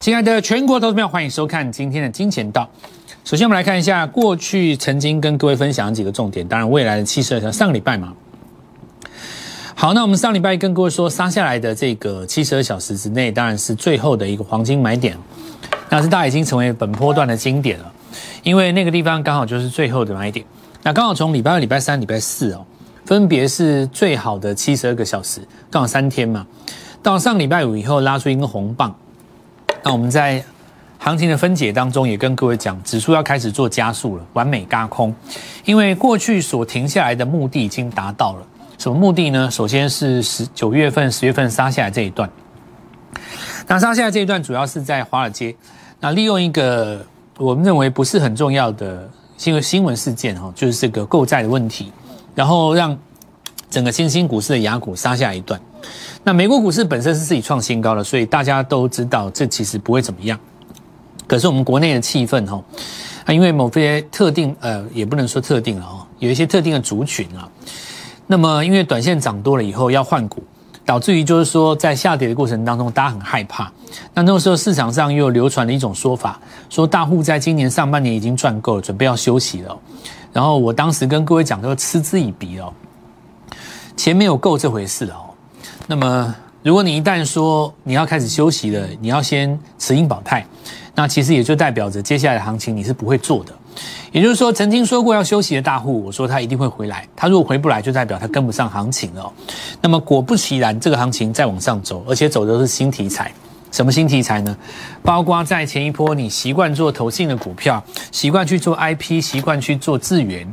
亲爱的全国投资朋友，欢迎收看今天的金钱道。首先，我们来看一下过去曾经跟各位分享的几个重点，当然未来的72小时，上个礼拜嘛。好，那我们上礼拜跟各位说，杀下来的这个72小时之内，当然是最后的一个黄金买点，那是大家已经成为本波段的经典了，因为那个地方刚好就是最后的买点。那刚好从礼拜二、礼拜三、礼拜四哦，分别是最好的72个小时，刚好3天嘛。到上礼拜五以后拉出一根红棒。那我们在行情的分解当中也跟各位讲，指数要开始做加速了，完美轧空，因为过去所停下来的目的已经达到了。什么目的呢？首先是9月份、10月份杀下来这一段，那杀下来这一段主要是在华尔街，那利用一个我们认为不是很重要的新闻事件就是这个购债的问题，然后让整个新兴股市的亚股杀下来一段。那美国股市本身是自己创新高的，所以大家都知道这其实不会怎么样。可是我们国内的气氛因为某些特定也不能说特定了有一些特定的族群那么因为短线涨多了以后要换股，导致于就是说在下跌的过程当中大家很害怕。那个时候市场上又流传了一种说法，说大户在今年上半年已经赚够了，准备要休息了。然后我当时跟各位讲说嗤之以鼻钱没有够这回事那么如果你一旦说你要开始休息了，你要先持盈保泰，那其实也就代表着接下来的行情你是不会做的。也就是说，曾经说过要休息的大户，我说他一定会回来，他如果回不来就代表他跟不上行情了那么果不其然，这个行情再往上走，而且走的都是新题材。什么新题材呢？包括在前一波你习惯做投信的股票，习惯去做 IP， 习惯去做智原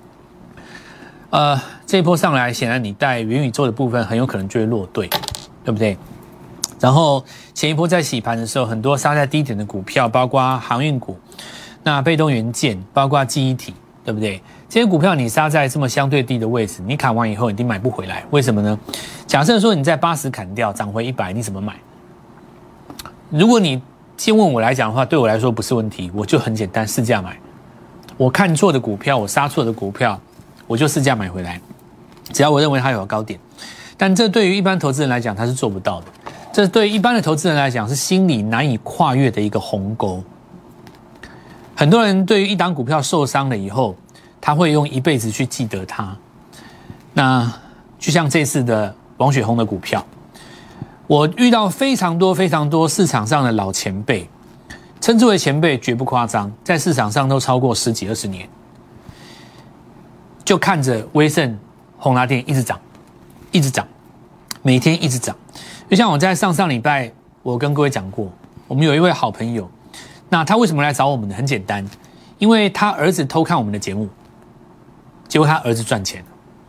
这一波上来，显然你带元宇宙的部分很有可能就会落队，对不对？然后前一波在洗盘的时候，很多杀在低点的股票，包括航运股、那被动元件，包括记忆体，对不对？这些股票你杀在这么相对低的位置，你砍完以后一定买不回来，为什么呢？假设说你在80砍掉，涨回100，你怎么买？如果你先问我来讲的话，对我来说不是问题，我就很简单，市价买。我看错的股票，我杀错的股票，我就市价买回来。只要我认为它有高点，但这对于一般投资人来讲他是做不到的，这对于一般的投资人来讲是心里难以跨越的一个鸿沟。很多人对于一档股票受伤了以后，他会用一辈子去记得它。那就像这次的王雪红的股票，我遇到非常多市场上的老前辈，称之为前辈绝不夸张，在市场上都超过10几20年，就看着威盛宏达电一直涨，一直涨，每天一直涨。就像我在上礼拜我跟各位讲过，我们有一位好朋友，那他为什么来找我们呢？很简单，因为他儿子偷看我们的节目，结果他儿子赚钱了。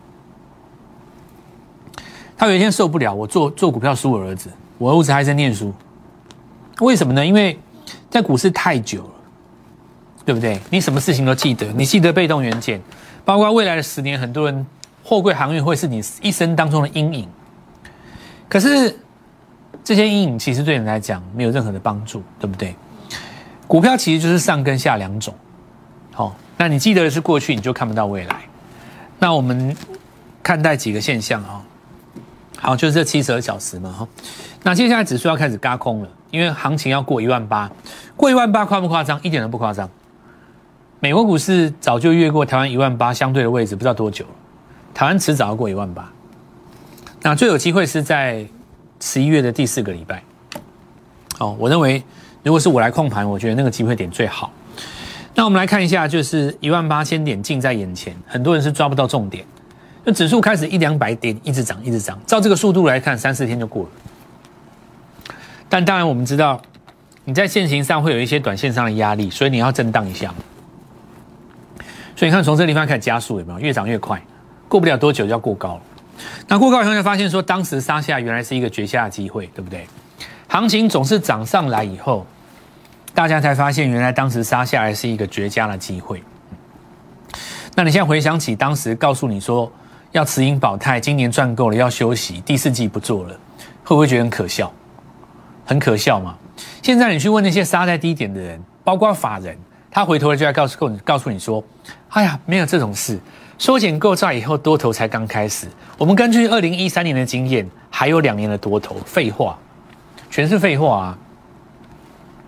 他有一天受不了，我做股票输我儿子，我儿子还在念书，为什么呢？因为在股市太久了，对不对？你什么事情都记得，你记得被动元件，包括未来的10年，很多人货柜航运会是你一生当中的阴影。可是这些阴影其实对你来讲没有任何的帮助，对不对？股票其实就是上跟下两种。那你记得的是过去，你就看不到未来。那我们看待几个现象好，就是这72小时嘛那接下来指数要开始轧空了，因为行情要过18000，过18000夸不夸张？一点都不夸张。美国股市早就越过台湾18000相对的位置，不知道多久了。台湾迟早要过18000。那最有机会是在11月的第4个礼拜。我认为如果是我来控盘，我觉得那个机会点最好。那我们来看一下，就是18000点近在眼前，很多人是抓不到重点。就指数开始100-200点一直涨一直涨，照这个速度来看，3-4天就过了。但当然我们知道，你在线型上会有一些短线上的压力，所以你要震荡一下。所以你看从这个地方开始加速，有没有？越涨越快，过不了多久就要过高了。那过高以后就发现说，当时杀下原来是一个绝佳的机会，对不对？行情总是涨上来以后，大家才发现原来当时杀下来是一个绝佳的机会。那你现在回想起当时告诉你说要持盈保泰，今年赚够了要休息，第4季不做了，会不会觉得很可笑？很可笑嘛。现在你去问那些杀在低点的人，包括法人，他回头就来告诉你说，哎呀，没有这种事，缩减购债以后多头才刚开始，我们根据2013年的经验，还有2年的多头。废话，全是废话啊。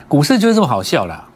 股市就是这么好笑啦。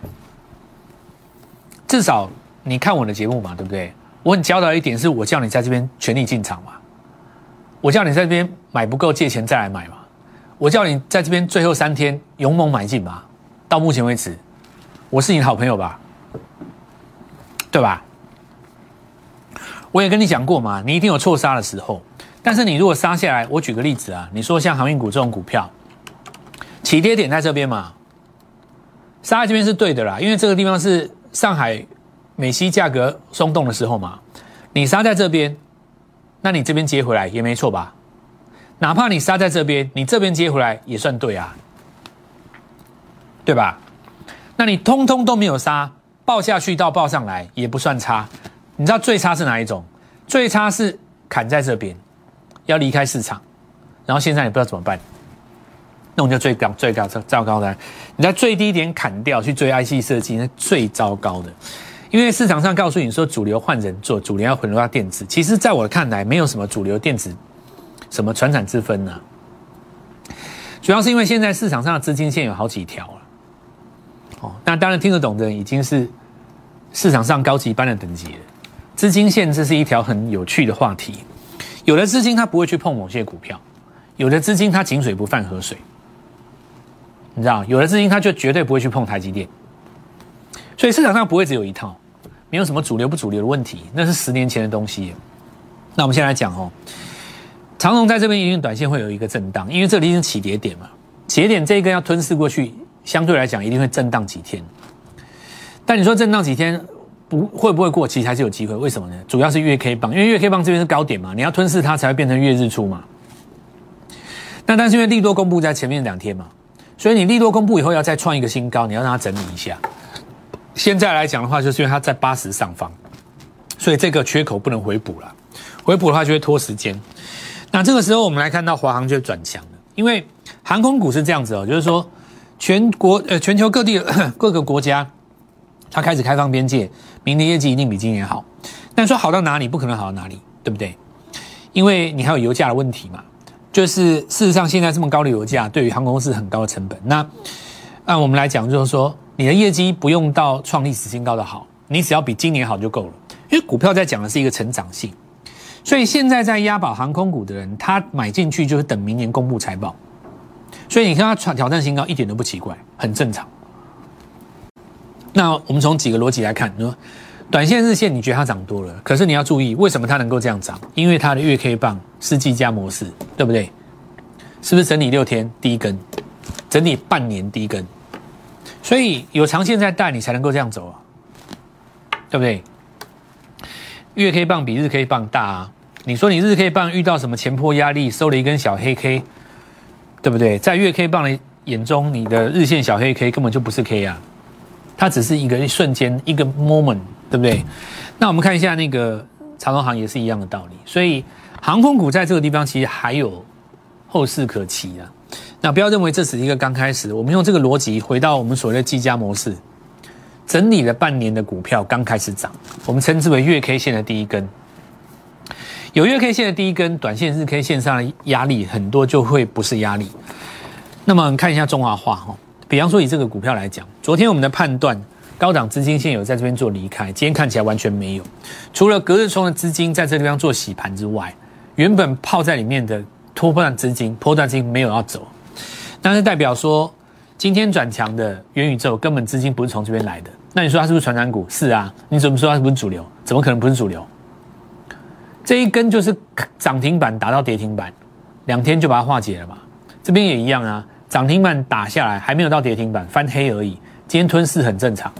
至少你看我的节目嘛，对不对？我很教导一点是我叫你在这边全力进场嘛，我叫你在这边买不够借钱再来买嘛，我叫你在这边最后3天勇猛买进嘛。到目前为止，我是你的好朋友吧，对吧？我也跟你讲过嘛，你一定有错杀的时候，但是你如果杀下来，我举个例子啊，你说像航运股这种股票，起跌点在这边嘛，杀在这边是对的啦，因为这个地方是上海美西价格松动的时候嘛，你杀在这边，那你这边接回来也没错吧？哪怕你杀在这边，你这边接回来也算对啊，对吧？那你通通都没有杀，报下去到报上来也不算差。你知道最差是哪一种？最差是砍在这边，要离开市场，然后现在你不知道怎么办，那我就最糟糕的，你在最低点砍掉去追 IC 设计，那最糟糕的。因为市场上告诉你说主流换人做，主流要回流到电子，其实在我看来没有什么主流电子什么传产之分啊，主要是因为现在市场上的资金线有好几条了。那当然听得懂的人已经是市场上高级班的等级了。资金线这是一条很有趣的话题，有的资金它不会去碰某些股票，有的资金它井水不犯河水，你知道，有的资金它就绝对不会去碰台积电，所以市场上不会只有一套，没有什么主流不主流的问题，那是10年前的东西。那我们先来讲长荣在这边一定短线会有一个震荡，因为这里是起跌点嘛，起跌点这一根要吞噬过去，相对来讲一定会震荡几天。但你说震荡几天会不会过？其实还是有机会。为什么呢？主要是月 K 棒，因为月 K 棒这边是高点嘛，你要吞噬它才会变成月日出嘛。那但是因为利多公布在前面2天嘛，所以你利多公布以后要再创一个新高，你要让它整理一下。现在来讲的话，就是因为它在80上方，所以这个缺口不能回补了。回补的话就会拖时间。那这个时候我们来看到华航就转强了，因为航空股是这样子就是说全球各地各个国家它开始开放边界，明年业绩一定比今年好。但说好到哪里，不可能好到哪里，对不对？因为你还有油价的问题嘛，就是事实上现在这么高的油价对于航空公司很高的成本。那按我们来讲，就是说你的业绩不用到创历史新高的好，你只要比今年好就够了。因为股票在讲的是一个成长性，所以现在在押宝航空股的人，他买进去就是等明年公布财报，所以你看他挑战新高一点都不奇怪，很正常。那我们从几个逻辑来看，你说短线日线你觉得它涨多了，可是你要注意为什么它能够这样涨？因为它的月 K 棒是技嘉模式，对不对？是不是整理6天第一根，整理半年第一根？所以有长线在带你才能够这样走啊，对不对？月 K 棒比日 K 棒大啊，你说你日 K 棒遇到什么前波压力，收了一根小黑 K， 对不对？在月 K 棒的眼中，你的日线小黑 K 根本就不是 K 啊，它只是一个瞬间一个 moment， 对不对？那我们看一下那个长荣航也是一样的道理，所以航空股在这个地方其实还有后市可期啊。那不要认为这只是一个刚开始，我们用这个逻辑回到我们所谓的技嘉模式，整理了半年的股票刚开始涨，我们称之为月 K 线的第一根。有月 K 线的第一根，短线日 K 线上的压力很多就会不是压力。那么我们看一下中华化比方说以这个股票来讲，昨天我们的判断高档资金线有在这边做离开，今天看起来完全没有，除了隔日冲的资金在这个地方做洗盘之外，原本泡在里面的波段资金没有要走，那是代表说今天转强的元宇宙根本资金不是从这边来的。那你说它是不是传产股？是啊，你怎么说它不是主流？怎么可能不是主流？这一根就是涨停板打到跌停板，2天就把它化解了嘛。这边也一样啊，涨停板打下来还没有到跌停板，翻黑而已，今天吞噬很正常。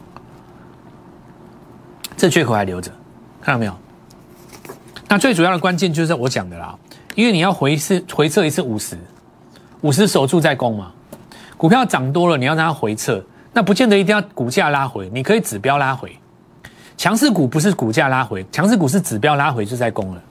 这缺口还留着，看到没有？那最主要的关键就是我讲的啦，因为你要回撤一次50守住再攻嘛。股票涨多了，你要让它回撤，那不见得一定要股价拉回，你可以指标拉回。强势股不是股价拉回，强势股是指标拉回就在攻了。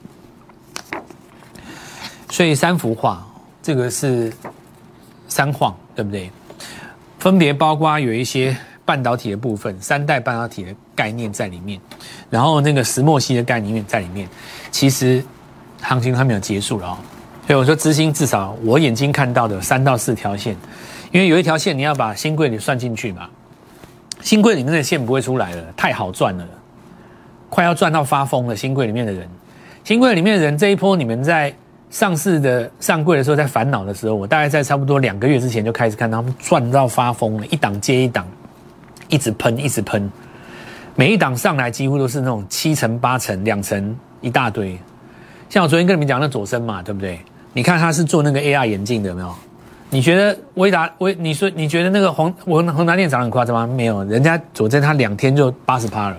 所以3幅画，这个是3晃，对不对？分别包括有一些半导体的部分，3代半导体的概念在里面，然后那个石墨烯的概念在里面。其实行情还没有结束了所以我说资金至少我眼睛看到的3到4条线， 因为有一条线你要把新贵里算进去嘛，新贵里面的线不会出来了，太好赚了，快要赚到发疯了。新贵里面的人，新贵里面的人这一波，你们在上市的上柜的时候在烦恼的时候，我大概在差不多2个月之前就开始看他们赚到发疯了，一档接一档，一直喷一直喷，每一档上来几乎都是那种7成8成2成一大堆。像我昨天跟你们讲那佐生嘛，对不对？你看他是做那个 AR 眼镜的，有没有？你觉得你觉得那个宏达电涨得很夸张吗？没有，人家佐生他2天就80%了。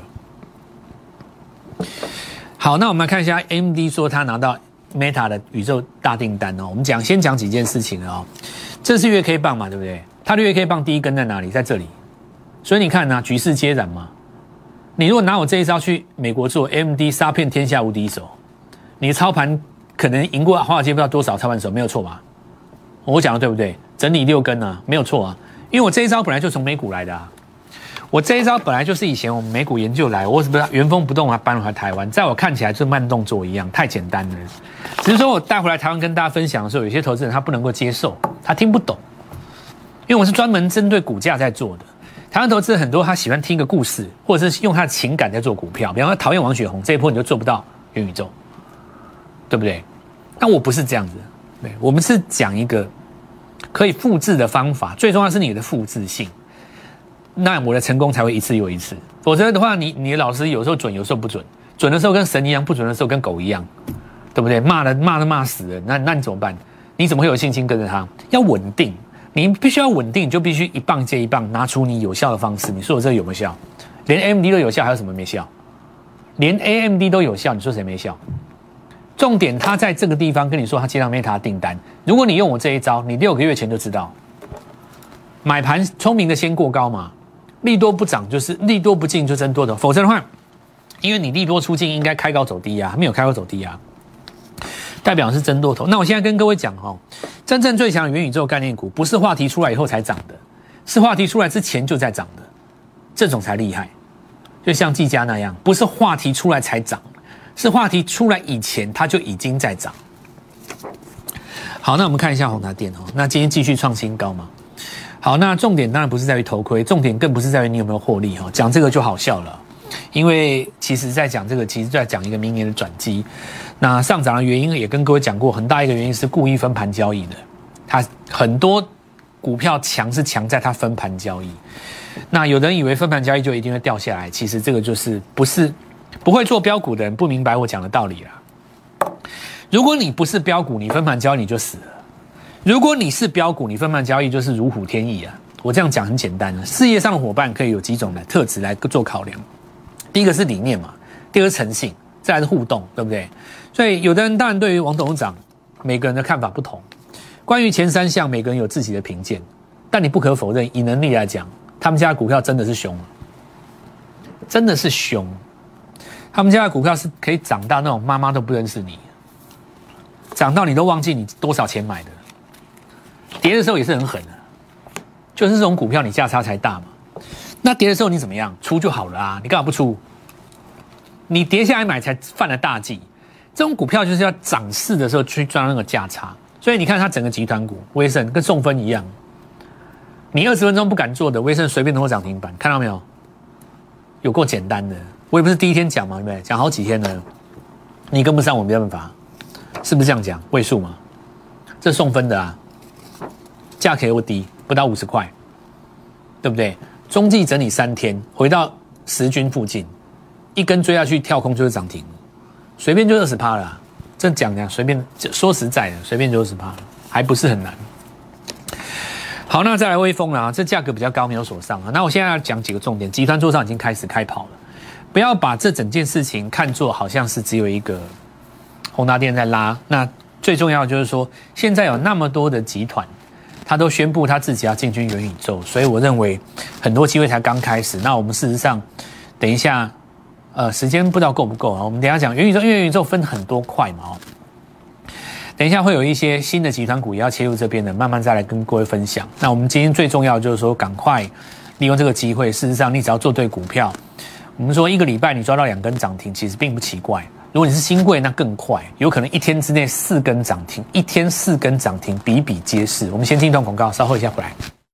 好，那我们来看一下 AMD 说他拿到 Meta 的宇宙大订单哦。我们先讲几件事情哦。这是月 K 棒嘛，对不对？它的月 K 棒第一根在哪里？在这里。所以你看啊，局势皆然嘛。你如果拿我这一招去美国做 AMD 杀遍天下无敌手，你的操盘可能赢过华尔街不知道多少操盘手，没有错吧？我讲的对不对？整理6根啊，没有错啊。因为我这一招本来就从美股来的啊。我这一招本来就是以前我们美股研究来，我是不是原封不动啊搬回台湾？在我看起来就是慢动作一样，太简单了。只是说我带回来台湾跟大家分享的时候，有些投资人他不能够接受，他听不懂，因为我是专门针对股价在做的。台湾投资人很多他喜欢听一个故事，或者是用他的情感在做股票，比方说讨厌王雪红这一波你就做不到元宇宙，对不对？但我不是这样子，对，我们是讲一个可以复制的方法，最重要是你的复制性。那我的成功才会一次又一次，否则的话，你的老师有时候准，有时候不准，准的时候跟神一样，不准的时候跟狗一样，对不对？骂都骂死了，那你怎么办？你怎么会有信心跟着他？要稳定，你必须要稳定，你就必须一棒接一棒，拿出你有效的方式。你说我这个有没有效？连 AMD 都有效，还有什么没效？连 AMD 都有效，你说谁没效？重点他在这个地方跟你说他接到 Meta 订单，如果你用我这一招，你6个月前就知道，买盘聪明的先过高嘛。利多不涨就是利多不进就增多的，否则的话，因为你利多出尽应该开高走低啊，没有开高走低啊，代表是增多头。那我现在跟各位讲哦，真正最强的元宇宙概念股不是话题出来以后才涨的，是话题出来之前就在涨的，这种才厉害。就像技嘉那样，不是话题出来才涨，是话题出来以前它就已经在涨。好，那我们看一下宏达电哦，那今天继续创新高嘛。好，那重点当然不是在于头盔，重点更不是在于你有没有获利哈。讲这个就好笑了，因为其实在讲这个，其实在讲一个明年的转机。那上涨的原因也跟各位讲过，很大一个原因是故意分盘交易的。它很多股票强是强在它分盘交易。那有的人以为分盘交易就一定会掉下来，其实这个就是不会做标股的人不明白我讲的道理啦。如果你不是标股，你分盘交易你就死了。如果你是标股，你分盘交易就是如虎添翼啊！我这样讲很简单啊，事业上的伙伴可以有几种的特质来做考量。第一个是理念嘛，第二个是诚信，再来是互动，对不对？所以有的人当然对于王董事长每个人的看法不同，关于前3项每个人有自己的评鉴，但你不可否认，以能力来讲，他们家的股票真的是凶，真的是凶。他们家的股票是可以涨到那种妈妈都不认识你，涨到你都忘记你多少钱买的。跌的时候也是很狠的，就是这种股票你价差才大嘛。那跌的时候你怎么样？出就好了啊！你干嘛不出？你跌下来买才犯了大忌。这种股票就是要涨势的时候去赚那个价差。所以你看它整个集团股，威盛跟送分一样，你20分钟不敢做的，威盛随便都会涨停板，看到没有？有够简单的。我也不是第一天讲嘛，对不对？讲好几天了，你跟不上我没办法，是不是这样讲？位数嘛，这送分的啊。价格又低，不到50块，对不对？中继整理3天，回到10均附近，一根追下去跳空就是涨停，随便就20%了啊。这讲随便，说实在的，随便就20%了，还不是很难。好，那再来微风啦，这价格比较高，没有锁上啊。那我现在要讲几个重点，集团桌上已经开始开跑了，不要把这整件事情看作好像是只有一个宏达电在拉。那最重要的就是说，现在有那么多的集团。他都宣布他自己要进军元宇宙，所以我认为很多机会才刚开始。那我们事实上，等一下，时间不知道够不够啊？我们等一下讲元宇宙，因为元宇宙分很多块嘛哦。等一下会有一些新的集团股也要切入这边的，慢慢再来跟各位分享。那我们今天最重要的就是说，赶快利用这个机会。事实上，你只要做对股票，我们说1个礼拜你抓到2根涨停，其实并不奇怪。如果你是新贵，那更快，有可能1天之内4根涨停，1天4根涨停，比比皆是。我们先进一段广告，稍后一下回来。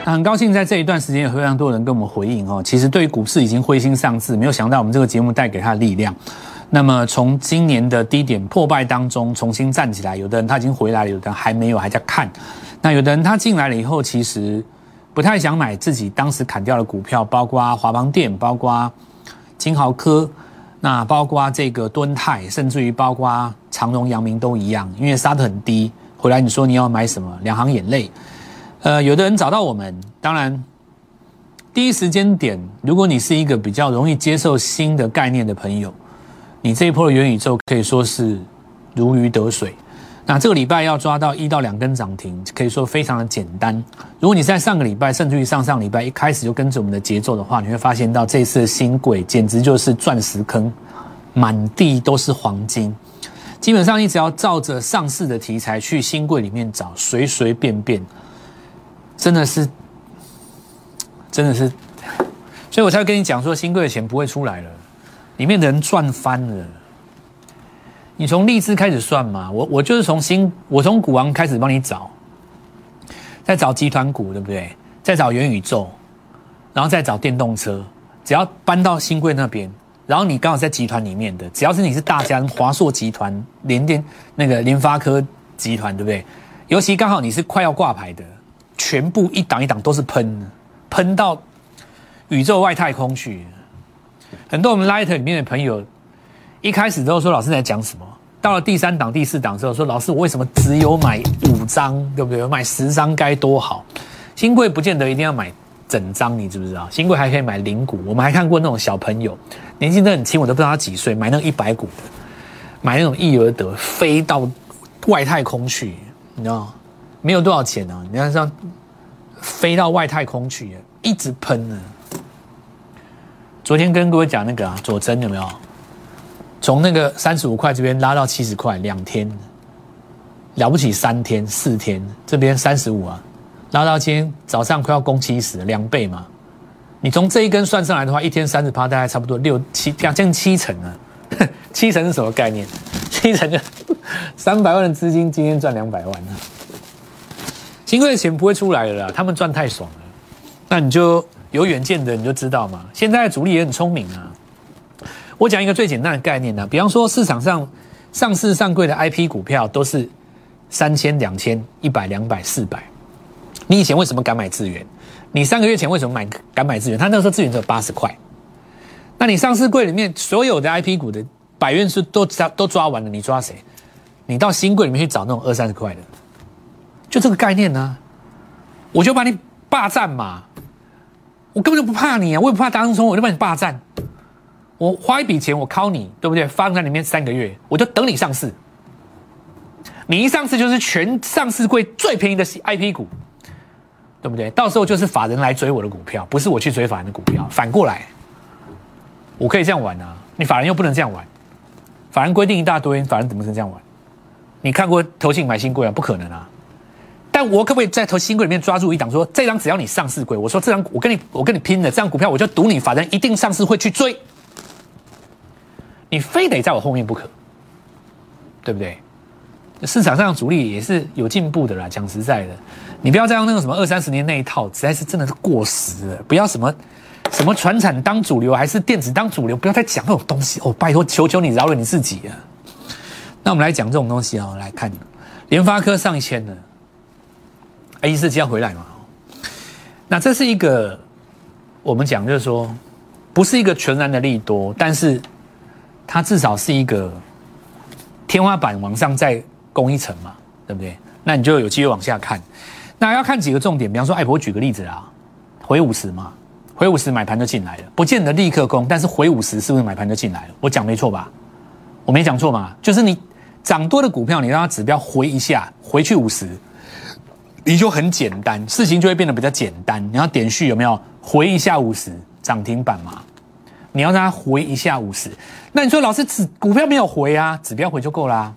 很高兴在这一段时间有非常多人跟我们回应哦。其实对于股市已经灰心丧志，没有想到我们这个节目带给他的力量。那么从今年的低点破败当中重新站起来，有的人他已经回来了，有的人还没有，还在看。那有的人他进来了以后，其实不太想买自己当时砍掉的股票，包括华邦电，包括金豪科，那包括这个敦泰，甚至于包括长荣、阳明都一样，因为杀得很低，回来你说你要买什么？两行眼泪。有的人找到我们，当然第一时间点，如果你是一个比较容易接受新的概念的朋友，你这一波的元宇宙可以说是如鱼得水。那这个礼拜要抓到1到2根涨停，可以说非常的简单。如果你在上个礼拜，甚至于上上礼拜一开始就跟着我们的节奏的话，你会发现到这次的新贵简直就是钻石坑，满地都是黄金。基本上你只要照着上市的题材去新贵里面找，随随便便，真的是，所以我才会跟你讲说，新贵的钱不会出来了，里面的人赚翻了。你从励志开始算嘛，我就是我从股王开始帮你找，再找集团股，对不对？再找元宇宙，然后再找电动车，只要搬到新贵那边，然后你刚好在集团里面的，只要是你是大家华硕集团、联电那个联发科集团，对不对？尤其刚好你是快要挂牌的，全部一档一档都是喷到宇宙外太空去。很多我们 Light 里面的朋友，一开始都说老师在讲什么，到了第3档、第4档之后说老师我为什么只有买5张，对不对？买10张该多好。新贵不见得一定要买整张，你知不知道？新贵还可以买零股。我们还看过那种小朋友，年纪都很轻，我都不知道他几岁，买那种100股的，买那种易而得，飞到外太空去，你知道吗？没有多少钱啊，你看这样飞到外太空去，一直喷呢。昨天跟各位讲那个佐珍有没有？从那个35块这边拉到70块，2天，了不起3天4天，这边35啊，拉到今天早上快要攻70，2倍嘛。你从这一根算上来的话，一天30%，大概差不多6、7，将近7成啊。7成是什么概念？7成就300万的资金今天赚200万啊。新贵的钱不会出来了啦，他们赚太爽了。那你就有远见的你就知道嘛。现在的主力也很聪明啊。我讲一个最简单的概念啊，比方说市场上上市上柜的 IP 股票都是3000、2000、100、200、400。你以前为什么敢买智原？你3个月前为什么敢买智原？他那时候智原只有80块。那你上市柜里面所有的 IP 股的百元数都抓完了，你抓谁？你到新柜里面去找那种20、30块的，就这个概念啊。我就把你霸占嘛，我根本就不怕你啊，我也不怕当冲，我就把你霸占。我花一笔钱，我靠你，对不对？放在里面3个月，我就等你上市。你一上市就是全上市柜最便宜的 IP 股，对不对？到时候就是法人来追我的股票，不是我去追法人的股票，反过来，我可以这样玩啊。你法人又不能这样玩，法人规定一大堆，法人怎么能这样玩？你看过投信买新贵啊？不可能啊！但我可不可以在新贵里面抓住一档，说这张只要你上市柜，我说这张我跟你拼了，这张股票我就赌你法人一定上市会去追。你非得在我后面不可，对不对？市场上主力也是有进步的啦。讲实在的，你不要再用那个什么20、30年那一套，实在是真的是过时了。不要什么传产当主流，还是电子当主流，不要再讲这种东西哦！拜托，求求你饶了你自己啊！那我们来讲这种东西啊，来看联发科上1000了，147要回来嘛？那这是一个我们讲就是说，不是一个全然的利多，但是它至少是一个天花板往上再攻一层嘛，对不对？那你就有机会往下看。那要看几个重点，比方说，我举个例子啦，回50嘛，回50买盘就进来了，不见得立刻攻，但是回50是不是买盘就进来了？我讲没错吧？我没讲错嘛？就是你涨多的股票，你让它指标回一下，回去50，你就很简单，事情就会变得比较简单。你要点序有没有回一下50涨停板嘛？你要让它回一下50，那你说老师股票没有回啊，指标回就够啦。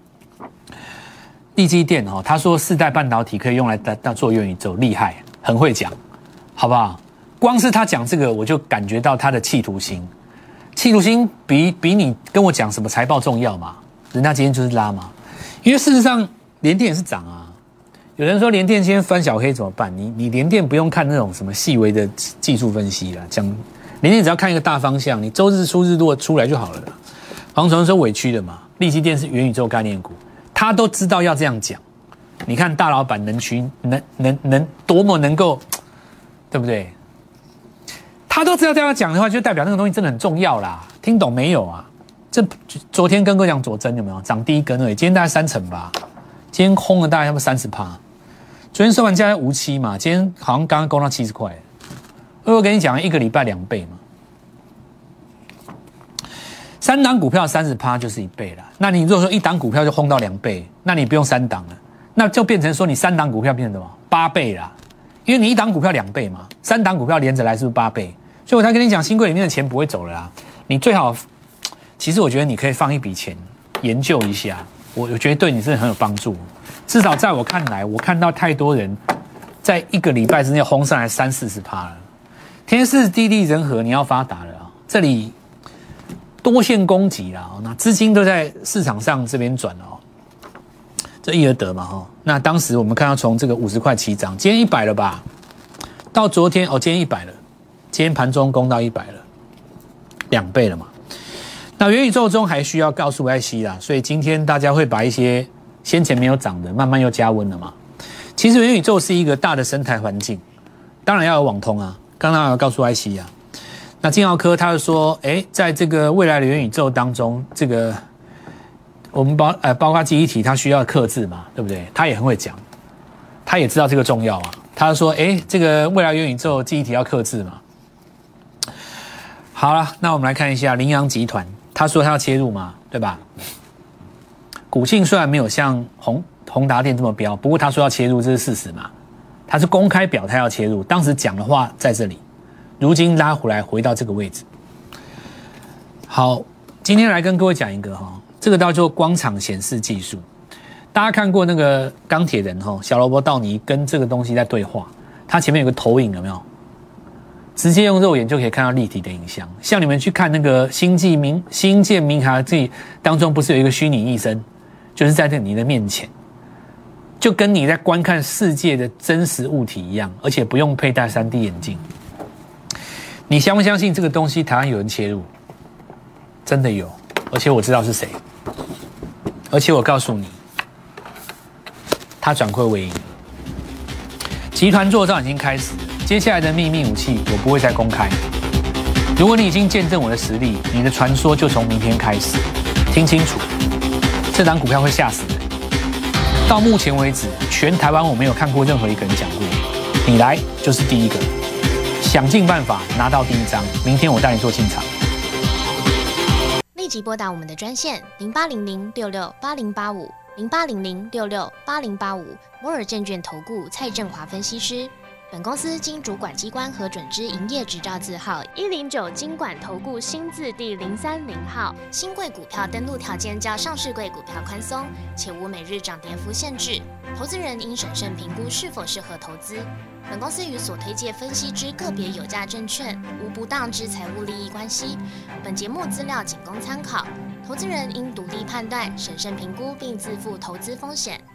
力积电他说4代半导体可以用来做元宇宙，厉害，很会讲，好不好？光是他讲这个，我就感觉到他的企图心，比你跟我讲什么财报重要嘛？人家今天就是拉嘛，因为事实上联电也是涨啊， 有人说联电今天翻小黑怎么办？你联电不用看那种什么细微的技术分析啦，讲联电只要看一个大方向，你周日出日落出来就好了啦。黄崇说委屈了嘛，力积电是元宇宙概念股，他都知道要这样讲。你看大老板能多么能够，对不对？他都知道这样讲的话，就代表那个东西真的很重要啦。听懂没有啊？这昨天跟各位讲佐证有没有涨第一根而已？今天大概30%吧，今天空了大概要不30%。昨天收盘价在57嘛，今天好像刚刚攻到70块。我跟你讲，一个礼拜2倍嘛，3档股票30%就是1倍了。那你如果说1档股票就轰到2倍，那你不用3档了，那就变成说你3档股票变成什么8倍啦？因为你1档股票2倍嘛，3档股票连着来是不是8倍？所以我才跟你讲，新贵里面的钱不会走了啦。你最好，其实我觉得你可以放一笔钱研究一下，我觉得对你真的很有帮助。至少在我看来，我看到太多人在1个礼拜之内轰上来30-40%了。天时地利人和，你要发达了啊！这里多线攻击啦，那资金都在市场上这边转哦。这易而得嘛哈，那当时我们看到从这个50块起涨，今天100了吧？到昨天今天100了，今天盘中攻到100了，2倍了嘛。那元宇宙中还需要告诉 IC 啦，所以今天大家会把一些先前没有涨的，慢慢又加温了嘛。其实元宇宙是一个大的生态环境，当然要有网通啊，刚刚要告诉 IC 啊。那金豪科他就说，在这个未来的元宇宙当中，这个我们包括记忆体，它需要客制嘛，对不对？他也很会讲，他也知道这个重要啊。他说，这个未来元宇宙记忆体要客制嘛。好了，那我们来看一下羚羊集团，他说他要切入嘛，对吧？股性虽然没有像宏达电这么标，不过他说要切入，这是事实嘛。他是公开表态要切入，当时讲的话在这里，如今拉回来回到这个位置。好，今天来跟各位讲一个这个叫做光场显示技术。大家看过那个钢铁人小罗伯道尼跟这个东西在对话，他前面有个投影有没有？直接用肉眼就可以看到立体的影像。像你们去看那个星舰迷航记当中，不是有一个虚拟医生，就是在你的面前，就跟你在观看世界的真实物体一样，而且不用佩戴 3D 眼镜。你相不相信这个东西台湾有人切入？真的有，而且我知道是谁，而且我告诉你，他转亏为盈。集团作战已经开始了，接下来的秘密武器我不会再公开。如果你已经见证我的实力，你的传说就从明天开始。听清楚，这档股票会吓死人。到目前为止，全台湾我没有看过任何一个人讲过，你来就是第一个，想尽办法拿到第一张，明天我带你做进场。 立即拨打我们的专线08006680850800668085摩尔证券投顾蔡正华分析师。本公司经主管机关核准之营业执照字号109金管投顾新字第030号。新贵股票登录条件较上市贵股票宽松，且无每日涨跌幅限制。投资人应审慎评估是否适合投资。本公司与所推介分析之个别有价证券无不当之财务利益关系。本节目资料仅供参考，投资人应独立判断、审慎评估并自负投资风险。